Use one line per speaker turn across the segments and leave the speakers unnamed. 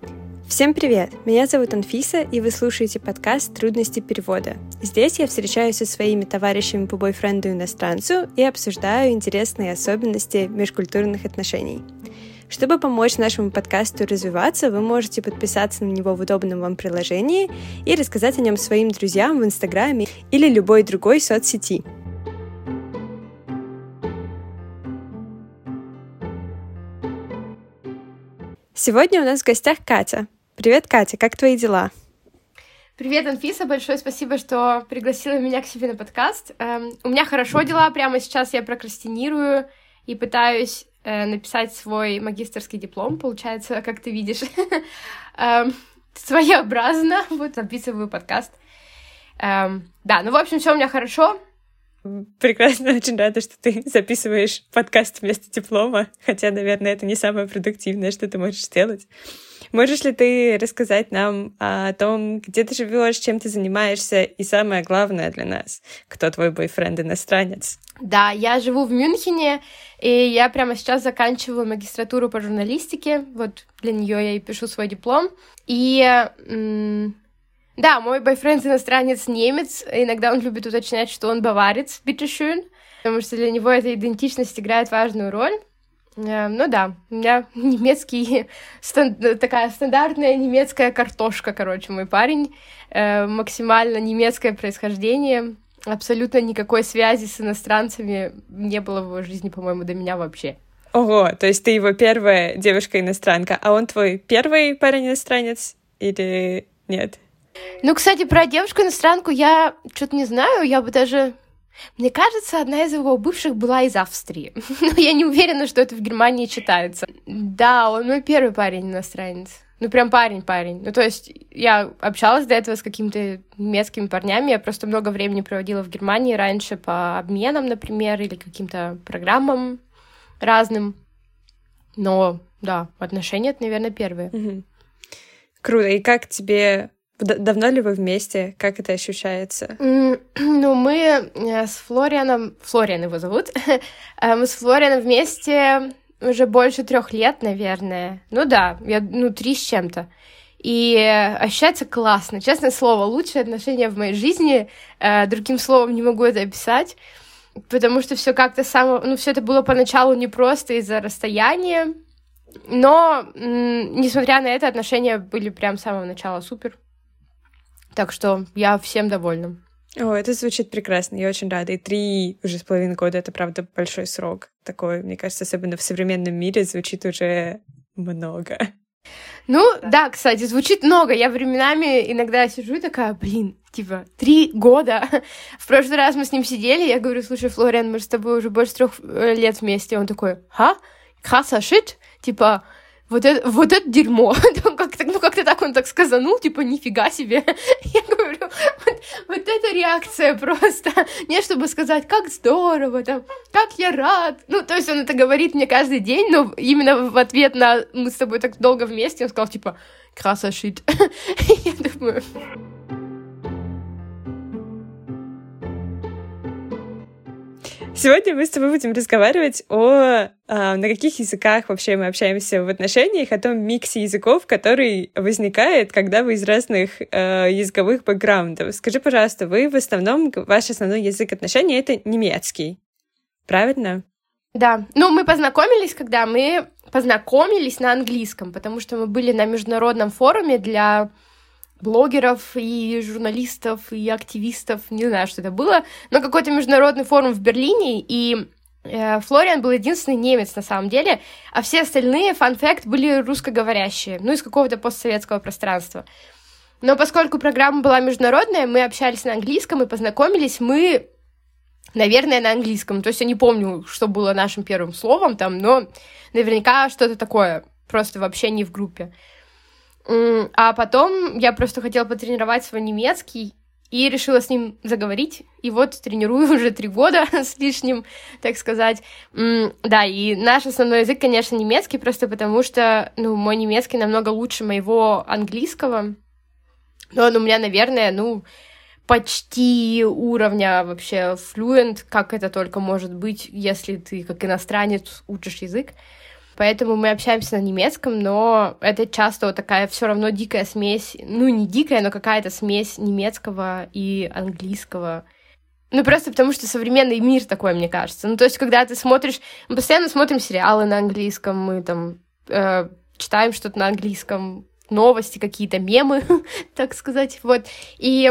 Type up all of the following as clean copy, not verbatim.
Всем привет! Меня зовут Анфиса, и вы слушаете подкаст «Трудности перевода». Здесь я встречаюсь со своими товарищами по бойфренду-иностранцу и обсуждаю интересные особенности межкультурных отношений. Чтобы помочь нашему подкасту развиваться, вы можете подписаться на него в удобном вам приложении и рассказать о нем своим друзьям в Инстаграме или любой другой соцсети. Сегодня у нас в гостях Катя. Привет, Катя, как твои дела?
Привет, Анфиса, большое спасибо, что пригласила меня к себе на подкаст. У меня хорошо дела, прямо сейчас я прокрастинирую и пытаюсь написать свой магистерский диплом, получается, как ты видишь, своеобразно, вот записываю подкаст. Да, ну, в общем, все у меня хорошо.
Прекрасно, очень рада, что ты записываешь подкаст вместо диплома, хотя, наверное, это не самое продуктивное, что ты можешь сделать. Можешь ли ты рассказать нам о том, где ты живешь, чем ты занимаешься, и самое главное для нас, кто твой бойфренд-иностранец?
Да, я живу в Мюнхене, и я прямо сейчас заканчиваю магистратуру по журналистике, вот для нее я и пишу свой диплом, и... Да, мой бойфренд-иностранец немец, иногда он любит уточнять, что он баварец, bitteschön, потому что для него эта идентичность играет важную роль. Ну да, у меня немецкий, такая стандартная немецкая картошка, короче, мой парень, максимально немецкое происхождение, абсолютно никакой связи с иностранцами не было в его жизни, по-моему, до меня вообще.
Ого, то есть ты его первая девушка-иностранка, а он твой первый парень-иностранец или нет?
Ну, кстати, про девушку-иностранку я что-то не знаю, я бы даже... Мне кажется, одна из его бывших была из Австрии. Но я не уверена, что это в Германии читается. Да, он мой первый парень-иностранец. Ну, прям парень-парень. Ну, то есть я общалась до этого с какими-то немецкими парнями, я просто много времени проводила в Германии раньше по обменам, например, или каким-то программам разным. Но, да, отношения — это, наверное, первые.
Угу. Круто. И как тебе... Давно ли вы вместе? Как это ощущается?
Ну, мы с Флорианом... Флориан его зовут. Мы с Флорианом вместе уже больше 3 лет, наверное. Ну да, 3 с чем-то. И ощущается классно. Честное слово, лучшие отношения в моей жизни. Другим словом не могу это описать. Потому что все как-то все это было поначалу непросто из-за расстояния. Но, несмотря на это, отношения были прям с самого начала супер. Так что я всем довольна.
О, это звучит прекрасно, я очень рада. И 3,5 года — это, правда, большой срок. Такой, мне кажется, особенно в современном мире звучит уже много.
Ну, да, кстати, звучит много. Я временами иногда сижу и такая, 3 года. В прошлый раз мы с ним сидели, я говорю, слушай, Флориан, мы же с тобой уже больше 3 лет вместе. Он такой, красса шит? Вот это дерьмо. Как-то так он так сказанул, нифига себе. Я говорю, вот это реакция просто. Не чтобы сказать, как здорово, как я рад. Ну, то есть он это говорит мне каждый день, но именно в ответ на мы с тобой так долго вместе, он сказал, красса шит. Я думаю...
Сегодня мы с тобой будем разговаривать на каких языках вообще мы общаемся в отношениях, о том миксе языков, который возникает, когда вы из разных языковых бэкграундов. Скажи, пожалуйста, ваш основной язык отношений — это немецкий, правильно?
Да. Ну, мы познакомились на английском, потому что мы были на международном форуме для блогеров и журналистов, и активистов, не знаю, что это было, но какой-то международный форум в Берлине, и Флориан был единственный немец на самом деле, а все остальные, фан-факт, были русскоговорящие, из какого-то постсоветского пространства. Но поскольку программа была международная, мы общались на английском и познакомились мы, наверное, на английском. То есть я не помню, что было нашим первым словом но наверняка что-то такое, просто вообще не в группе. А потом я просто хотела потренировать свой немецкий и решила с ним заговорить. И вот тренирую уже 3 года с лишним, так сказать. Да, и наш основной язык, конечно, немецкий, просто потому что, мой немецкий намного лучше моего английского. Но он у меня, наверное, почти уровня вообще fluent, как это только может быть, если ты как иностранец учишь язык. Поэтому мы общаемся на немецком, но это часто вот такая все равно дикая смесь, ну, не дикая, но какая-то смесь немецкого и английского. Ну, просто потому что современный мир такой, мне кажется. Ну, то есть, когда ты смотришь... Мы постоянно смотрим сериалы на английском, мы там читаем что-то на английском, новости какие-то, мемы, так сказать, вот. И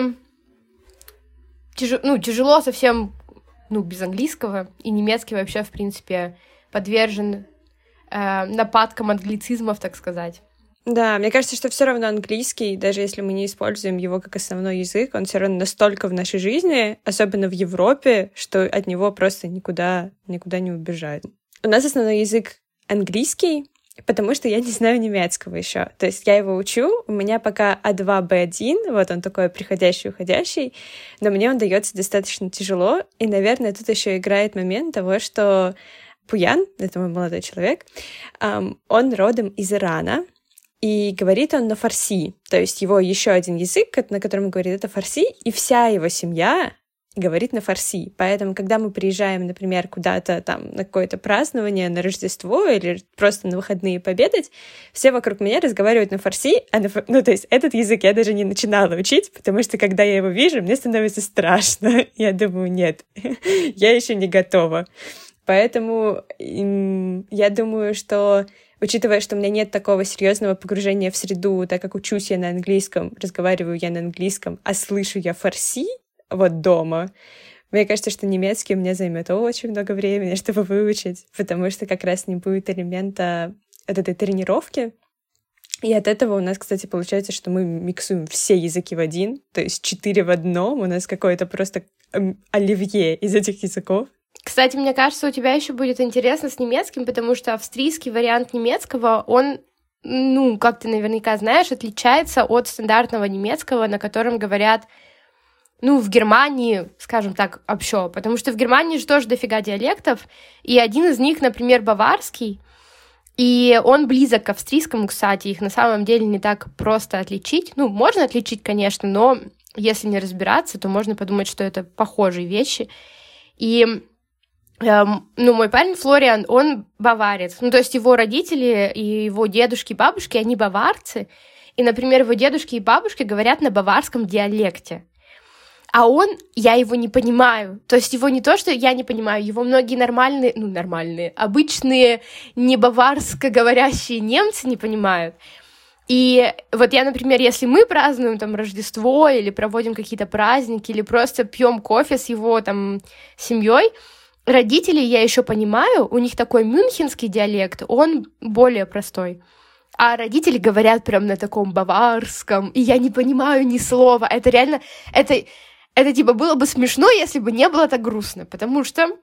тяжело совсем, без английского, и немецкий вообще, в принципе, подвержен нападкам англицизмов, так сказать.
Да, мне кажется, что все равно английский, даже если мы не используем его как основной язык, он все равно настолько в нашей жизни, особенно в Европе, что от него просто никуда не убежать. У нас основной язык английский, потому что я не знаю немецкого еще. То есть я его учу, у меня пока А2, Б1, вот он такой приходящий, уходящий, но мне он дается достаточно тяжело, и, наверное, тут еще играет момент того, что Пуян, это мой молодой человек, он родом из Ирана, и говорит он на фарси. То есть его еще один язык, на котором он говорит, это фарси, и вся его семья говорит на фарси. Поэтому, когда мы приезжаем, например, куда-то там на какое-то празднование, на Рождество или просто на выходные пообедать, все вокруг меня разговаривают на фарси, то есть этот язык я даже не начинала учить, потому что, когда я его вижу, мне становится страшно. Я думаю, нет, я еще не готова. Поэтому я думаю, что, учитывая, что у меня нет такого серьезного погружения в среду, так как учусь я на английском, разговариваю я на английском, а слышу я фарси вот дома, мне кажется, что немецкий у меня займет очень много времени, чтобы выучить, потому что как раз не будет элемента от этой тренировки. И от этого у нас, кстати, получается, что мы миксуем все языки в один, то есть 4 в одном, у нас какое-то просто оливье из этих языков.
Кстати, мне кажется, у тебя еще будет интересно с немецким, потому что австрийский вариант немецкого, он, как ты наверняка знаешь, отличается от стандартного немецкого, на котором говорят, в Германии, скажем так, общо, потому что в Германии же тоже дофига диалектов, и один из них, например, баварский, и он близок к австрийскому, кстати, их на самом деле не так просто отличить. Можно отличить, конечно, но если не разбираться, то можно подумать, что это похожие вещи. И мой парень Флориан, он баварец. То есть его родители и его дедушки и бабушки, они баварцы. И, например, его дедушки и бабушки говорят на баварском диалекте. А я его не понимаю. То есть его не то, что я не понимаю, его многие нормальные, обычные, не баварско говорящие немцы не понимают. И вот я, например, если мы празднуем там Рождество или проводим какие-то праздники, или просто пьем кофе с его там семьей, родителей я еще понимаю, у них такой мюнхенский диалект, он более простой. А родители говорят прям на таком баварском, и я не понимаю ни слова. Это реально, это типа было бы смешно, если бы не было так грустно, потому что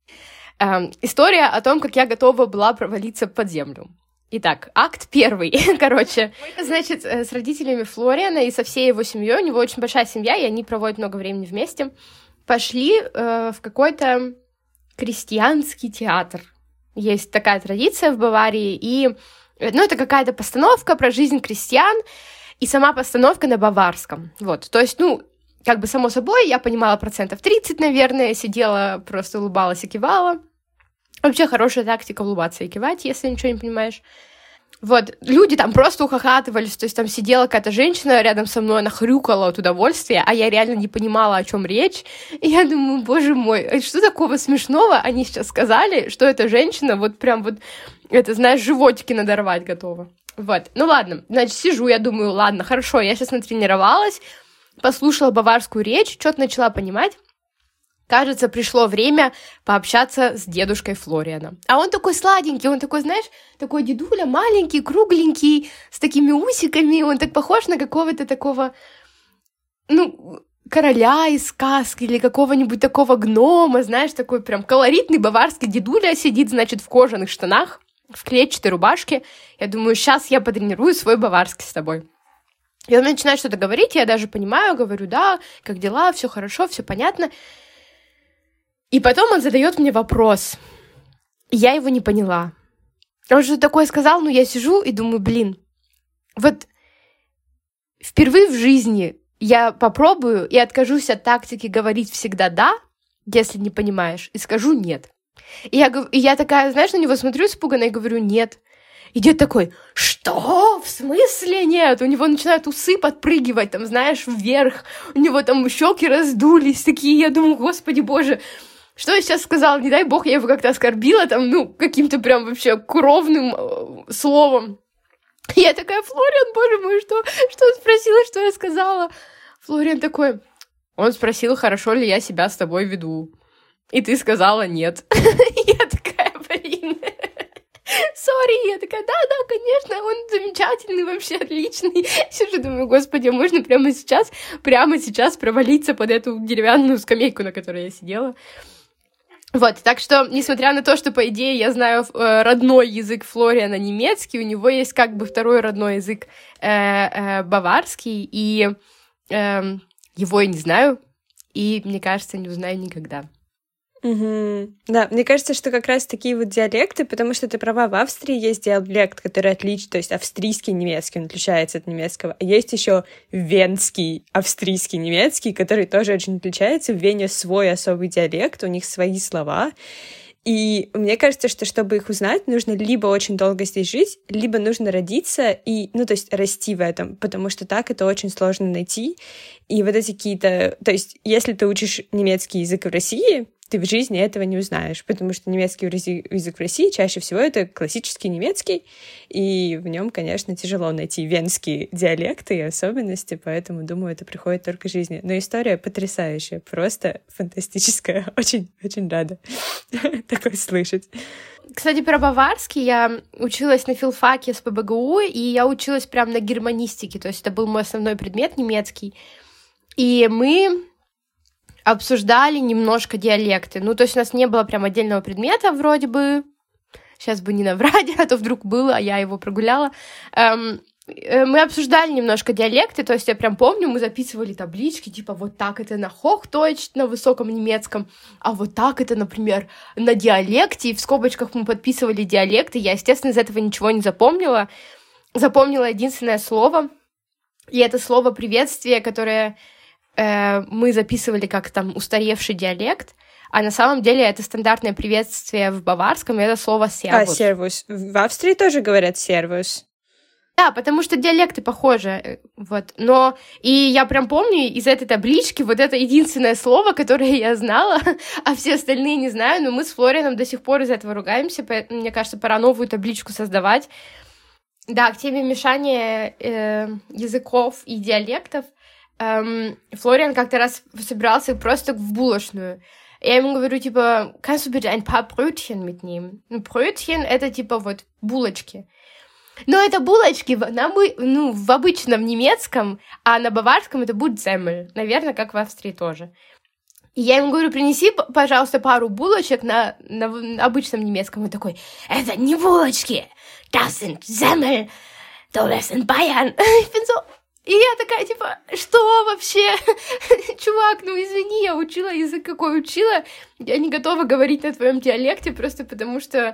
история о том, как я готова была провалиться под землю. Итак, акт 1. Короче, значит, с родителями Флориана и со всей его семьей, у него очень большая семья, и они проводят много времени вместе, пошли в какой-то крестьянский театр. Есть такая традиция в Баварии, и это какая-то постановка про жизнь крестьян, и сама постановка на баварском. Вот, то есть, само собой, я понимала 30%, наверное, сидела, просто улыбалась и кивала. Вообще хорошая тактика улыбаться и кивать, если ничего не понимаешь. Вот, люди там просто ухахатывались, то есть там сидела какая-то женщина рядом со мной, она хрюкала от удовольствия, а я реально не понимала, о чем речь. И я думаю, боже мой, что такого смешного они сейчас сказали, что эта женщина животики надорвать готова. Вот, ладно, значит, сижу, я думаю, ладно, хорошо, я сейчас натренировалась, послушала баварскую речь, что-то начала понимать. Кажется, пришло время пообщаться с дедушкой Флориана. А он такой сладенький, он такой, знаешь, такой дедуля, маленький, кругленький, с такими усиками, он так похож на какого-то такого, короля из сказки или какого-нибудь такого гнома, знаешь, такой прям колоритный баварский дедуля сидит, значит, в кожаных штанах, в клетчатой рубашке. Я думаю, сейчас я потренирую свой баварский с тобой. И он начинает что-то говорить, я даже понимаю, говорю, да, как дела, все хорошо, все понятно. И потом он задает мне вопрос. Я его не поняла. Он что-то такое сказал, я сижу и думаю, вот впервые в жизни я попробую и откажусь от тактики говорить всегда «да», если не понимаешь, и скажу «нет». И я такая, знаешь, на него смотрю испуганно и говорю, нет. И дед такой, что? В смысле нет? У него начинают усы подпрыгивать, там, знаешь, вверх. У него там щеки раздулись такие. Я думаю, господи боже, что я сейчас сказала? Не дай бог, я его как-то оскорбила, там, ну, каким-то прям вообще кровным словом. И я такая, Флориан, боже мой, что он спросила, что я сказала? Флориан такой, он спросил, хорошо ли я себя с тобой веду. И ты сказала нет. Я такая, блин... Сори, я такая, да, конечно, он замечательный, вообще отличный. Сижу, думаю, господи, можно прямо сейчас провалиться под эту деревянную скамейку, на которой я сидела. Вот, так что, несмотря на то, что, по идее, я знаю родной язык Флориана немецкий, у него есть как бы второй родной язык баварский, и его я не знаю, и, мне кажется, не узнаю никогда.
Угу. Да, мне кажется, что как раз такие вот диалекты, потому что ты права, в Австрии есть диалект, который отличный, то есть австрийский немецкий, он отличается от немецкого, а есть еще венский австрийский немецкий, который тоже очень отличается. В Вене свой особый диалект, у них свои слова. И мне кажется, что чтобы их узнать, нужно либо очень долго здесь жить, либо нужно родиться и, ну, то есть расти в этом, потому что так это очень сложно найти. И вот эти какие-то... То есть если ты учишь немецкий язык в России, ты в жизни этого не узнаешь, потому что немецкий язык в России чаще всего это классический немецкий, и в нем, конечно, тяжело найти венские диалекты и особенности, поэтому, думаю, это приходит только в жизни. Но история потрясающая, просто фантастическая. Очень рада такое слышать.
Кстати, про баварский я училась на филфаке с ПБГУ, и я училась прям на германистике, то есть это был мой основной предмет немецкий, и мы обсуждали немножко диалекты. Ну, то есть у нас не было прям отдельного предмета вроде бы. Сейчас бы не наврать, а то вдруг было, а я его прогуляла. Мы обсуждали немножко диалекты, то есть я прям помню, мы записывали таблички, типа вот так это на Hochdeutsch, на высоком немецком, а вот так это, например, на диалекте, и в скобочках мы подписывали диалекты. Я, естественно, из этого ничего не запомнила. Запомнила единственное слово, и это слово «приветствие», которое мы записывали как там устаревший диалект, а на самом деле это стандартное приветствие в баварском, и это слово «сервус».
А, «сервус». В Австрии тоже говорят «сервус».
Да, потому что диалекты похожи, вот. Но, и я прям помню из этой таблички вот это единственное слово, которое я знала, а все остальные не знаю, но мы с Флорианом до сих пор из этого ругаемся, поэтому, мне кажется, пора новую табличку создавать. Да, к теме мешания языков и диалектов. Флориан как-то раз собирался просто в булочную. Я ему говорю, типа, kannst du bitte ein paar Brötchen mitnehmen? Ну, Brötchen — это, типа, вот, булочки. Но это булочки в обычном немецком, а на баварском это будет Semmel. Наверное, как в Австрии тоже. И я ему говорю, принеси, пожалуйста, пару булочек на обычном немецком. Он такой, это не булочки, das sind Semmel, du bist in Bayern. И я такая, типа, что вообще? Чувак, ну извини, я учила язык, какой учила. Я не готова говорить на твоем диалекте, просто потому что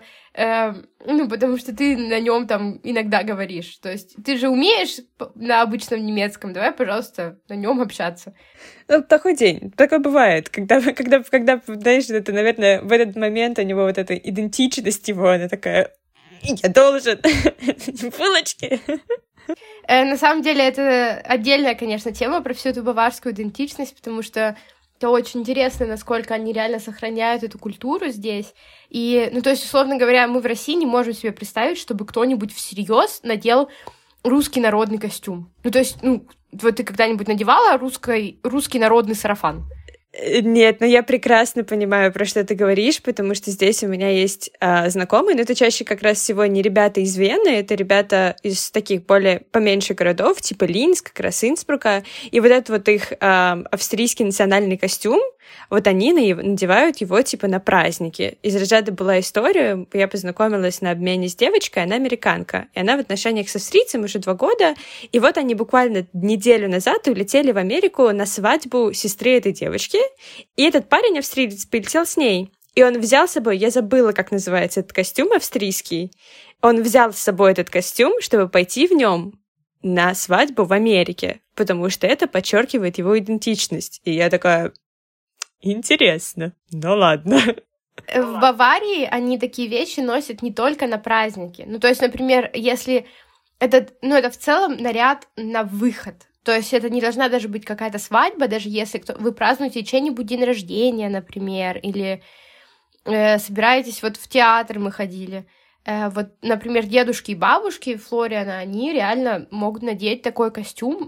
ты на нем там иногда говоришь. То есть ты же умеешь на обычном немецком, давай, пожалуйста, на нем общаться.
Ну, такой день, такое бывает, когда, знаешь, это, наверное, в этот момент у него вот эта идентичность его, она такая, я должен, булочки.
На самом деле, это отдельная, конечно, тема про всю эту баварскую идентичность, потому что это очень интересно, насколько они реально сохраняют эту культуру здесь. И, ну, то есть, условно говоря, мы в России не можем себе представить, чтобы кто-нибудь всерьез надел русский народный костюм. Ну, то есть, вот ты когда-нибудь надевала русский народный сарафан?
Нет, но я прекрасно понимаю, про что ты говоришь, потому что здесь у меня есть знакомые, но это чаще как раз всего не ребята из Вены, это ребята из таких более поменьше городов, типа Линск, как раз Инсбрука, и вот этот вот их австрийский национальный костюм, вот они надевают его типа на праздники. Из разряда была история, я познакомилась на обмене с девочкой, она американка, и она в отношениях с австрийцем уже 2 года, и вот они буквально неделю назад улетели в Америку на свадьбу сестры этой девочки, и этот парень австриец полетел с ней. И он взял с собой, я забыла, как называется этот костюм австрийский, он взял с собой этот костюм, чтобы пойти в нем на свадьбу в Америке, потому что это подчеркивает его идентичность. И я такая, интересно, ну ладно.
В Баварии они такие вещи носят не только на праздники. Ну, то есть, например, если это в целом наряд на выход. То есть это не должна даже быть какая-то свадьба, даже если вы празднуете чей-нибудь день рождения, например, или собираетесь, вот в театр мы ходили. Вот, например, дедушки и бабушки Флориана, они реально могут надеть такой костюм,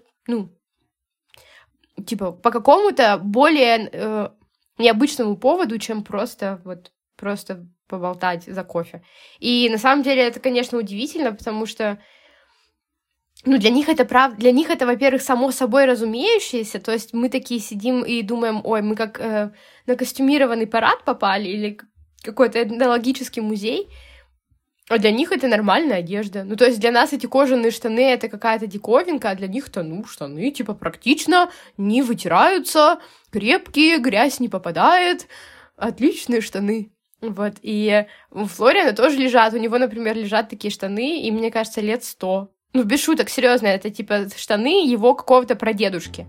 типа, по какому-то более необычному поводу, чем просто поболтать за кофе. И на самом деле это, конечно, удивительно, потому что для них это правда, для них это, во-первых, само собой разумеющееся, то есть мы такие сидим и думаем, ой, мы как на костюмированный парад попали или какой-то этнологический музей, а для них это нормальная одежда. Ну, то есть для нас эти кожаные штаны — это какая-то диковинка, а для них-то, штаны, типа, практично, не вытираются, крепкие, грязь не попадает, отличные штаны. Вот, и у Флориана тоже лежат, у него, например, лежат такие штаны, и, мне кажется, лет 100. Без шуток, серьезно, это, типа, штаны его какого-то прадедушки.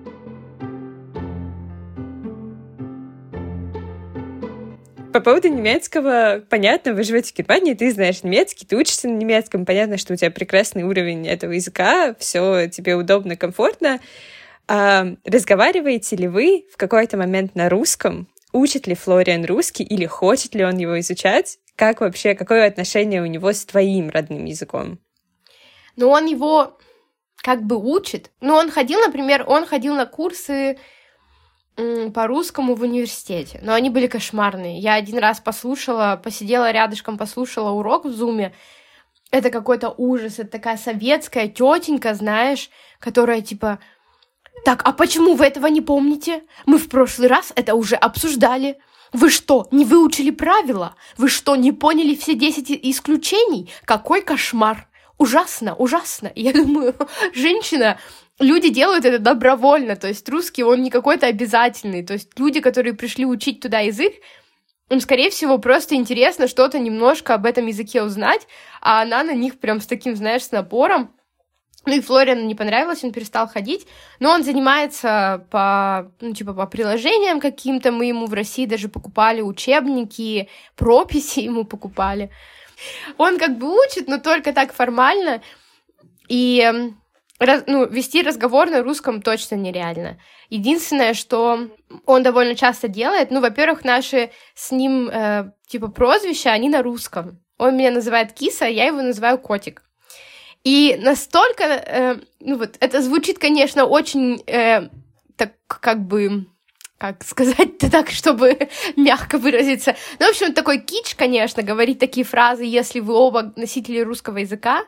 По поводу немецкого, понятно, вы живете в Германии, ты знаешь немецкий, ты учишься на немецком, понятно, что у тебя прекрасный уровень этого языка, все тебе удобно, комфортно. Разговариваете ли вы в какой-то момент на русском? Учит ли Флориан русский или хочет ли он его изучать? Как вообще, какое отношение у него с твоим родным языком?
Он его как бы учит. Он ходил на курсы по-русскому в университете, но они были кошмарные. Я один раз посидела рядышком, послушала урок в Зуме. Это какой-то ужас, это такая советская тетенька, знаешь, которая типа: так, а почему вы этого не помните? Мы в прошлый раз это уже обсуждали. Вы что, не выучили правила? Вы что, не поняли все 10 исключений? Какой кошмар! Ужасно, ужасно. Я думаю, женщина, люди делают это добровольно, то есть русский, он не какой-то обязательный, то есть люди, которые пришли учить туда язык, им, скорее всего, просто интересно что-то немножко об этом языке узнать, а она на них прям с таким, знаешь, с напором. И Флориану не понравилось, он перестал ходить, но он занимается по приложениям каким-то, мы ему в России даже покупали учебники, прописи ему покупали. Он как бы учит, но только так формально, и вести разговор на русском точно нереально. Единственное, что он довольно часто делает, во-первых, наши с ним прозвища, они на русском. Он меня называет киса, а я его называю котик. И настолько, это звучит, конечно, очень так как бы... Как сказать-то так, чтобы мягко выразиться? В общем, такой кич, конечно, говорить такие фразы, если вы оба носители русского языка,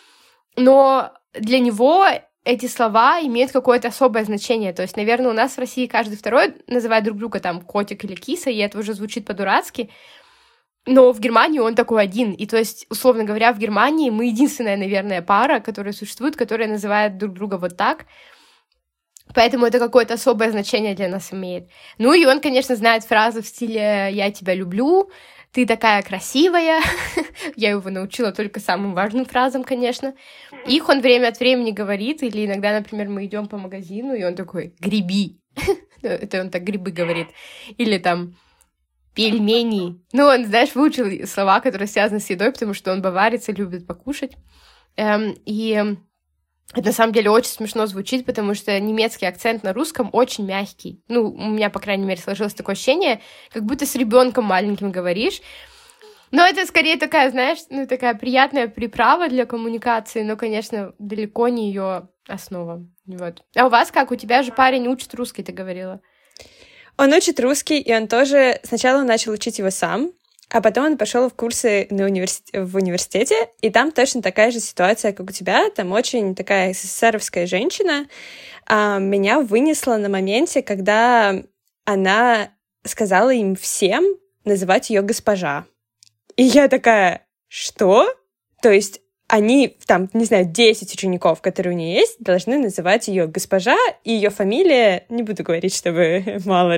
но для него эти слова имеют какое-то особое значение. То есть, наверное, у нас в России каждый второй называет друг друга там котик или киса, и это уже звучит по-дурацки, но в Германии он такой один. И то есть, условно говоря, в Германии мы единственная, наверное, пара, которая существует, которая называет друг друга вот так. Поэтому это какое-то особое значение для нас имеет. И он, конечно, знает фразы в стиле «я тебя люблю», «ты такая красивая». Я его научила только самым важным фразам, конечно. Их он время от времени говорит, или иногда, например, мы идем по магазину, и он такой «гриби». Это он так «грибы» говорит. Или там «пельмени». Он, знаешь, выучил слова, которые связаны с едой, потому что он баварец и любит покушать. И... это, на самом деле, очень смешно звучит, потому что немецкий акцент на русском очень мягкий. У меня, по крайней мере, сложилось такое ощущение, как будто с ребенком маленьким говоришь. Но это скорее такая, знаешь, такая приятная приправа для коммуникации, но, конечно, далеко не ее основа. Вот. А у вас как? У тебя же парень учит русский, ты говорила.
Он учит русский, и он тоже... Сначала он начал учить его сам, а потом он пошел в курсы в университете, и там точно такая же ситуация, как у тебя. Там очень такая СССРовская женщина меня вынесла на моменте, когда она сказала им всем называть ее госпожа. И я такая, что? То есть они, там, не знаю, 10 учеников, которые у нее есть, должны называть ее госпожа, и ее фамилия, не буду говорить, чтобы мало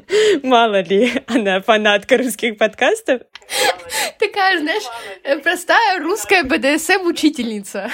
ли она фанатка русских подкастов.
Такая, знаешь, простая русская БДСМ-учительница.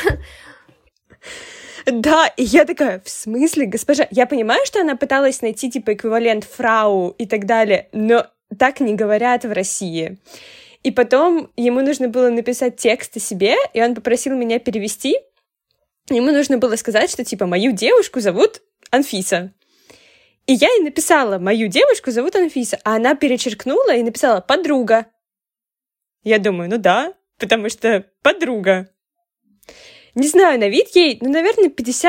Да, и я такая, в смысле, госпожа? Я понимаю, что она пыталась найти, эквивалент фрау и так далее, но так не говорят в России. И потом ему нужно было написать текст о себе, и он попросил меня перевести. Ему нужно было сказать, что, типа, мою девушку зовут Анфиса. И я ей написала, мою девушку зовут Анфиса, а она перечеркнула и написала «подруга». Я думаю, ну да, потому что подруга. Не знаю, на вид ей, наверное,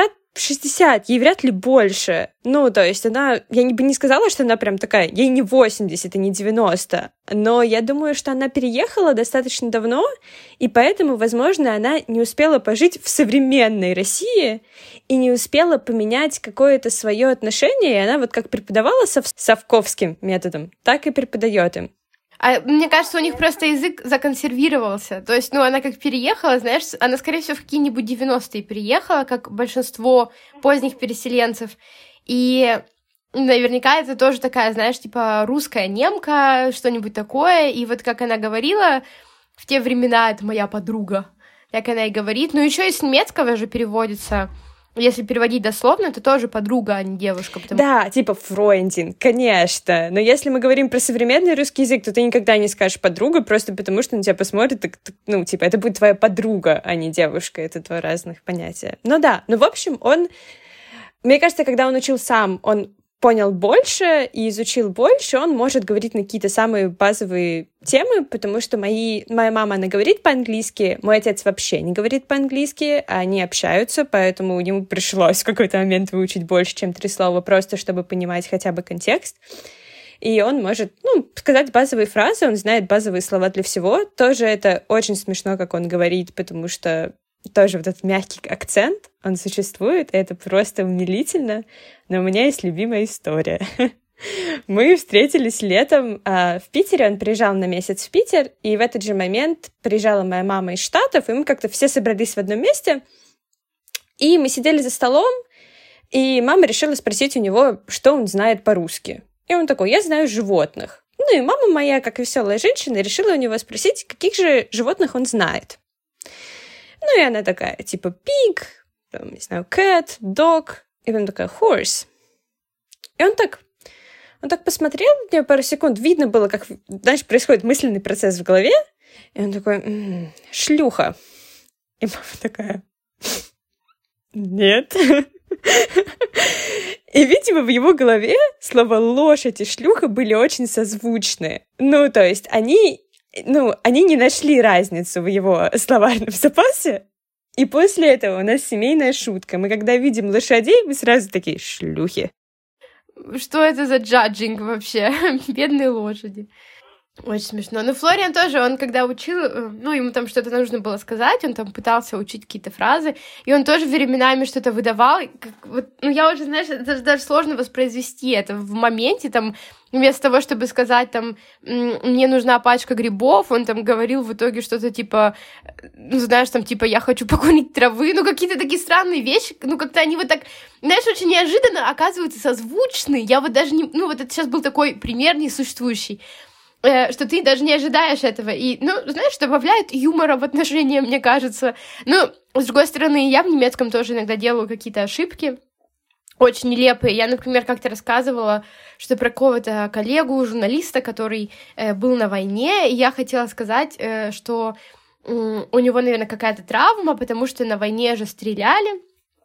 50-60, ей вряд ли больше. Ну, то есть она... Я бы не сказала, что она прям такая... Ей не 80 и не 90. Но я думаю, что она переехала достаточно давно, и поэтому, возможно, она не успела пожить в современной России и не успела поменять какое-то свое отношение, и она вот как преподавала совковским методом, так и преподает им.
А мне кажется, у них просто язык законсервировался. То есть, она как переехала, знаешь, она, скорее всего, в какие-нибудь 90-е переехала, как большинство поздних переселенцев. И наверняка это тоже такая, знаешь, типа русская немка, что-нибудь такое. И вот как она говорила в те времена, это моя подруга, так она и говорит. Еще и с немецкого же переводится. Если переводить дословно, это тоже подруга, а не девушка.
Да, типа Фройндин, конечно. Но если мы говорим про современный русский язык, то ты никогда не скажешь подруга, просто потому что на тебя посмотрят, это будет твоя подруга, а не девушка. Это два разных понятия. В общем, мне кажется, когда он учил сам, он понял больше и изучил больше, он может говорить на какие-то самые базовые темы, потому что моя мама, она говорит по-английски, мой отец вообще не говорит по-английски, а они общаются, поэтому ему пришлось в какой-то момент выучить больше, чем 3 слова, просто чтобы понимать хотя бы контекст. И он может, сказать базовые фразы, он знает базовые слова для всего. Тоже это очень смешно, как он говорит, потому что тоже вот этот мягкий акцент, он существует, и это просто умилительно. Но у меня есть любимая история. Мы встретились летом в Питере, он приезжал на месяц в Питер, и в этот же момент приезжала моя мама из Штатов, и мы как-то все собрались в одном месте, и мы сидели за столом, и мама решила спросить у него, что он знает по-русски. И он такой, я знаю животных. И мама моя, как веселая женщина, решила у него спросить, каких же животных он знает. И она такая, типа, pig, не знаю, cat, dog, и потом такая, horse. И он так посмотрел на нее пару секунд, видно было, как, знаешь, происходит мысленный процесс в голове, и он такой, шлюха. И мама такая, нет. И, видимо, в его голове слова лошадь и шлюха были очень созвучны. То есть они не нашли разницу в его словарном запасе. И после этого у нас семейная шутка. Мы, когда видим лошадей, мы сразу такие шлюхи.
Что это за джаджинг вообще? Бедные лошади. Очень смешно. Флориан тоже, он когда учил, ему там что-то нужно было сказать, он там пытался учить какие-то фразы, и он тоже временами что-то выдавал. Я уже, знаешь, это даже сложно воспроизвести это в моменте, там, вместо того, чтобы сказать, там, мне нужна пачка грибов, он там говорил в итоге что-то типа, знаешь, там, типа, я хочу покурить травы, какие-то такие странные вещи, как-то они вот так, знаешь, очень неожиданно оказываются созвучны. Я вот даже не, это сейчас был такой пример несуществующий, что ты даже не ожидаешь этого. И, знаешь, добавляет юмора в отношения, мне кажется. С другой стороны, я в немецком тоже иногда делаю какие-то ошибки, очень нелепые. Я, например, как-то рассказывала, что про какого-то коллегу, журналиста, который был на войне, и я хотела сказать, что у него, наверное, какая-то травма, потому что на войне же стреляли,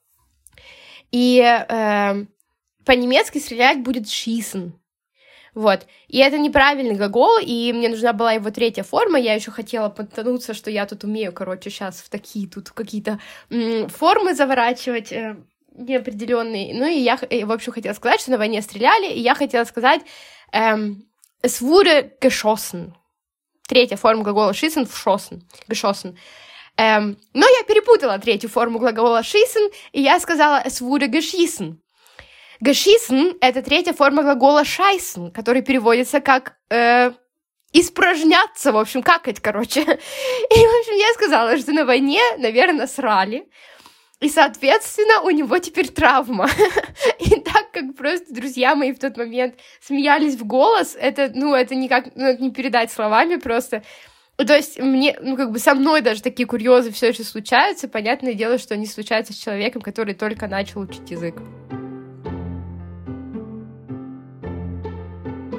и по-немецки стрелять будет schießen. Вот. И это неправильный глагол, и мне нужна была его 3-я форма. Я еще хотела подтянуться, что я тут умею, сейчас в такие тут какие-то формы заворачивать неопределенные. И я, в общем, хотела сказать, что на войне стреляли, и я хотела сказать es wurde geschossen. 3-я форма глагола schießen, geschossen. Но я перепутала 3-ю форму глагола schießen, и я сказала es wurde geschissen. Geschissen — это 3-я форма глагола scheißen, который переводится как испражняться, в общем, какать, короче. И, в общем, я сказала, что на войне, наверное, срали, и, соответственно, у него теперь травма. И так как просто друзья мои в тот момент смеялись в голос, это никак не передать словами просто. То есть мне, со мной даже такие курьезы все еще случаются. Понятное дело, что они случаются с человеком, который только начал учить язык.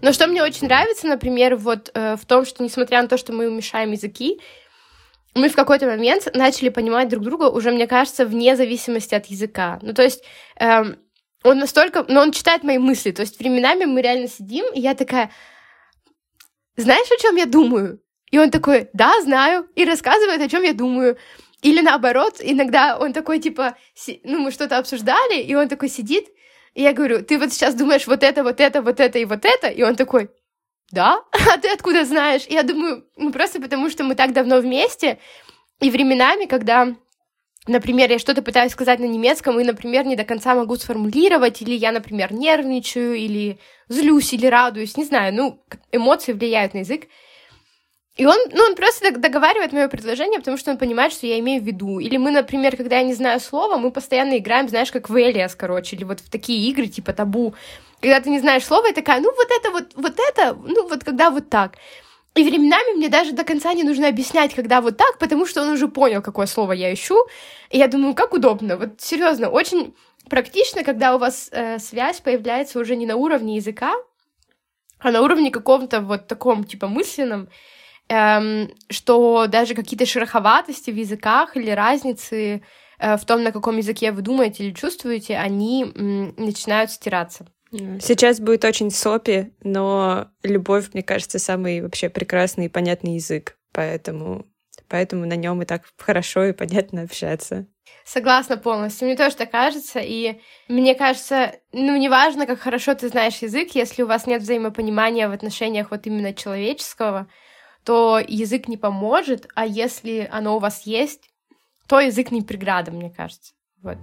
Но что мне очень нравится, например, вот в том, что несмотря на то, что мы мешаем языки, мы в какой-то момент начали понимать друг друга уже, мне кажется, вне зависимости от языка. Ну, то есть он настолько... Но он читает мои мысли. То есть временами мы реально сидим, и я такая... Знаешь, о чем я думаю? И он такой, да, знаю, и рассказывает, о чем я думаю. Или наоборот, иногда он такой, типа, ну, мы что-то обсуждали, и он такой сидит, и я говорю, ты вот сейчас думаешь вот это, вот это, вот это и вот это, и он такой, да? А ты откуда знаешь? И я думаю, ну, просто потому, что мы так давно вместе, и временами, когда, например, я что-то пытаюсь сказать на немецком, и, например, не до конца могу сформулировать, или я, например, нервничаю, или злюсь, или радуюсь, не знаю, ну, эмоции влияют на язык. И он просто договаривает моё предложение, потому что он понимает, что я имею в виду. Или мы, например, когда я не знаю слова, мы постоянно играем, знаешь, как в Элиас, короче, или вот в такие игры, типа табу. Когда ты не знаешь слова, и такая, ну, вот это, ну, вот когда вот так. И временами мне даже до конца не нужно объяснять, когда вот так, потому что он уже понял, какое слово я ищу. И я думаю, как удобно. Вот серьезно, очень практично, когда у вас связь появляется уже не на уровне языка, а на уровне каком-то вот таком, типа, мысленном, что даже какие-то шероховатости в языках или разницы в том, на каком языке вы думаете или чувствуете, они начинают стираться.
Сейчас будет очень сопи, но любовь, мне кажется, самый вообще прекрасный и понятный язык, поэтому на нем и так хорошо и понятно общаться.
Согласна полностью. Мне тоже так кажется, и мне кажется, ну, неважно, как хорошо ты знаешь язык, если у вас нет взаимопонимания в отношениях вот именно человеческого, то язык не поможет, а если оно у вас есть, то язык не преграда, мне кажется. Вот.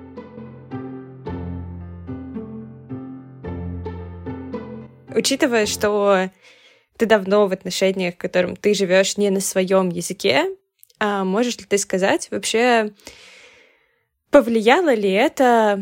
Учитывая, что ты давно в отношениях, в котором ты живешь не на своем языке, можешь ли ты сказать, вообще повлияло ли это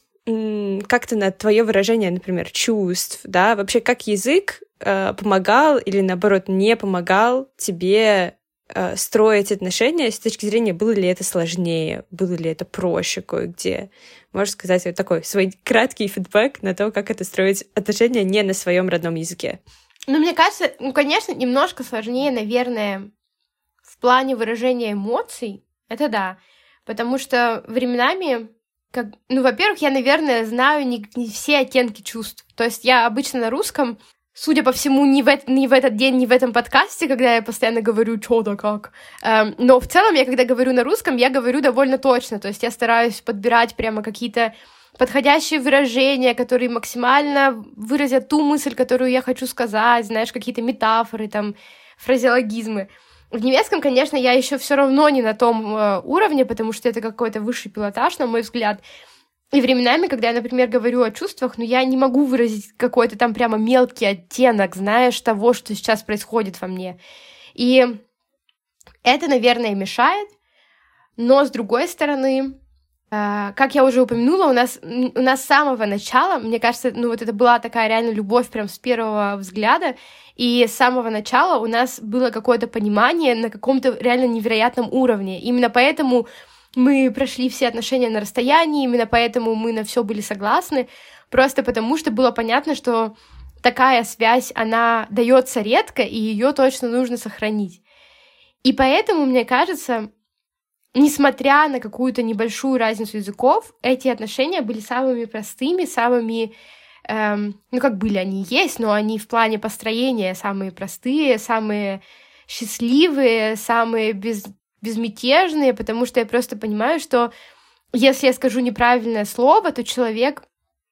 как-то на твое выражение, например, чувств, да? Вообще, как язык помогал или, наоборот, не помогал тебе строить отношения с точки зрения, было ли это сложнее, было ли это проще кое-где? Можешь сказать вот такой свой краткий фидбэк на то, как это строить отношения не на своем родном языке?
Ну, мне кажется, ну, конечно, немножко сложнее, наверное, в плане выражения эмоций, это да, потому что временами, во-первых, я, наверное, знаю не все оттенки чувств, то есть я обычно на русском, судя по всему, не в этот день, не в этом подкасте, когда я постоянно говорю «чё да как», но в целом я, когда говорю на русском, я говорю довольно точно, то есть я стараюсь подбирать прямо какие-то подходящие выражения, которые максимально выразят ту мысль, которую я хочу сказать, знаешь, какие-то метафоры, там, фразеологизмы. В немецком, конечно, я еще все равно не на том уровне, потому что это какой-то высший пилотаж, на мой взгляд. И временами, когда я, например, говорю о чувствах, но я не могу выразить какой-то там прямо мелкий оттенок, знаешь, того, что сейчас происходит во мне. И это, наверное, мешает. Но, с другой стороны, как я уже упомянула, у нас с самого начала, мне кажется, ну вот это была такая реально любовь прям с первого взгляда, и с самого начала у нас было какое-то понимание на каком-то реально невероятном уровне. Именно поэтому мы прошли все отношения на расстоянии, именно поэтому мы на все были согласны, просто потому что было понятно, что такая связь, она дается редко, и ее точно нужно сохранить. И поэтому, мне кажется, несмотря на какую-то небольшую разницу языков, эти отношения были самыми простыми, самыми, ну как были, они есть, но они в плане построения самые простые, самые счастливые, самые безмятежные, потому что я просто понимаю, что если я скажу неправильное слово, то человек,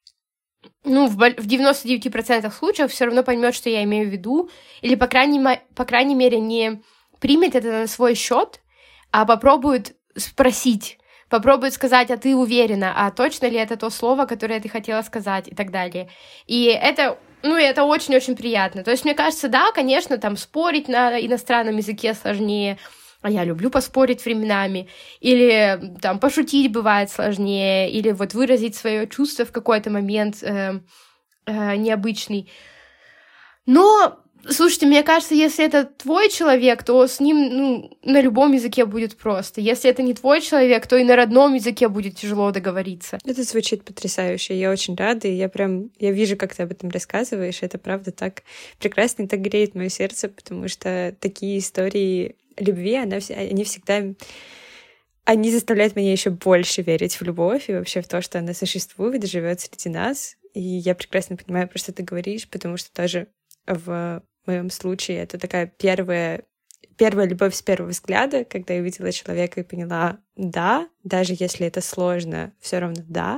ну, в 99% случаев все равно поймет, что я имею в виду, или, по крайней мере, не примет это на свой счет, а попробует спросить, попробует сказать, а ты уверена, а точно ли это то слово, которое ты хотела сказать, и так далее. И это очень-очень приятно. То есть, мне кажется, да, конечно, там спорить на иностранном языке сложнее, а я люблю поспорить временами, или там пошутить бывает сложнее, или вот выразить свое чувство в какой-то момент необычный. Но Слушайте, мне кажется, если это твой человек, то с ним, на любом языке будет просто. Если это не твой человек, то и на родном языке будет тяжело договориться.
Это звучит потрясающе. Я очень рада, и я вижу, как ты об этом рассказываешь. Это правда так прекрасно и так греет мое сердце, потому что такие истории любви, они всегда... Они заставляют меня еще больше верить в любовь и вообще в то, что она существует, живет среди нас. И я прекрасно понимаю, про что ты говоришь, потому что тоже в моем случае это такая первая любовь с первого взгляда, когда я увидела человека и поняла, да, даже если это сложно, все равно да.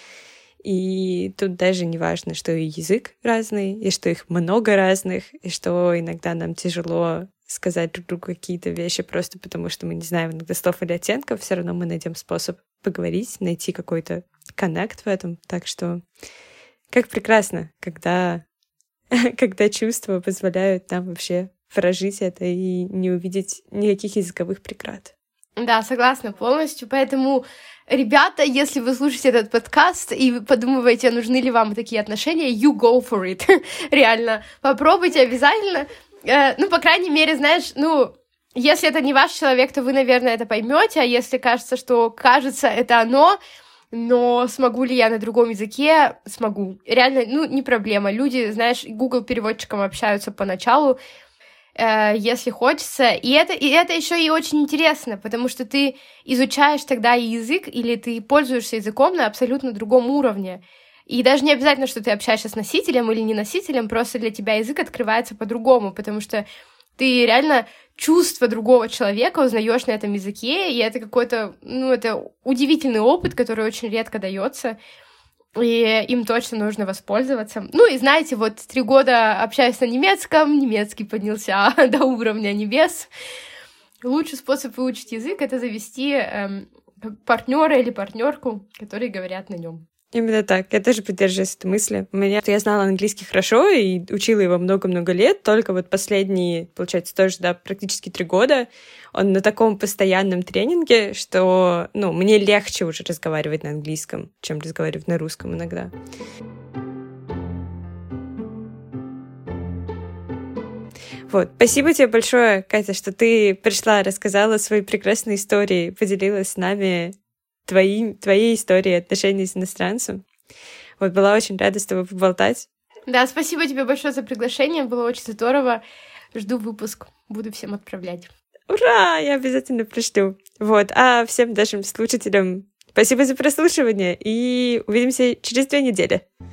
И тут даже не важно, что и язык разный, и что их много разных, и что иногда нам тяжело сказать друг другу какие-то вещи просто потому, что мы не знаем иногда слов или оттенков, все равно мы найдем способ поговорить, найти какой-то коннект в этом. Так что как прекрасно, когда чувства позволяют нам вообще прожить это и не увидеть никаких языковых преград.
Да, согласна полностью. Поэтому, ребята, если вы слушаете этот подкаст и подумываете, нужны ли вам такие отношения, you go for it. Реально, попробуйте обязательно. По крайней мере, знаешь, если это не ваш человек, то вы, наверное, это поймете, а если кажется, это оно, но смогу ли я на другом языке? Смогу. Реально, не проблема. Люди, знаешь, Google переводчиком общаются поначалу, если хочется. И это еще и очень интересно, потому что ты изучаешь тогда язык, или ты пользуешься языком на абсолютно другом уровне. И даже не обязательно, что ты общаешься с носителем или не носителем, просто для тебя язык открывается по-другому, потому что ты реально чувства другого человека узнаешь на этом языке, и это какой-то, это удивительный опыт, который очень редко дается, и им точно нужно воспользоваться. И знаете, 3 года общаюсь на немецком, немецкий поднялся до уровня небес. Лучший способ выучить язык — это завести партнера или партнерку, которые говорят на нем.
Именно так. Я тоже придерживаюсь этой мысли. Я знала английский хорошо и учила его много-много лет, только последние, получается, тоже, практически 3 года он на таком постоянном тренинге, что, мне легче уже разговаривать на английском, чем разговаривать на русском иногда. Спасибо тебе большое, Катя, что ты пришла, рассказала свои прекрасные истории, поделилась с нами твоей историей отношений с иностранцем. Была очень рада с тобой поболтать.
Да, спасибо тебе большое за приглашение, было очень здорово. Жду выпуск, буду всем отправлять.
Ура! Я обязательно пришлю. А всем нашим слушателям спасибо за прослушивание, и увидимся через 2 недели.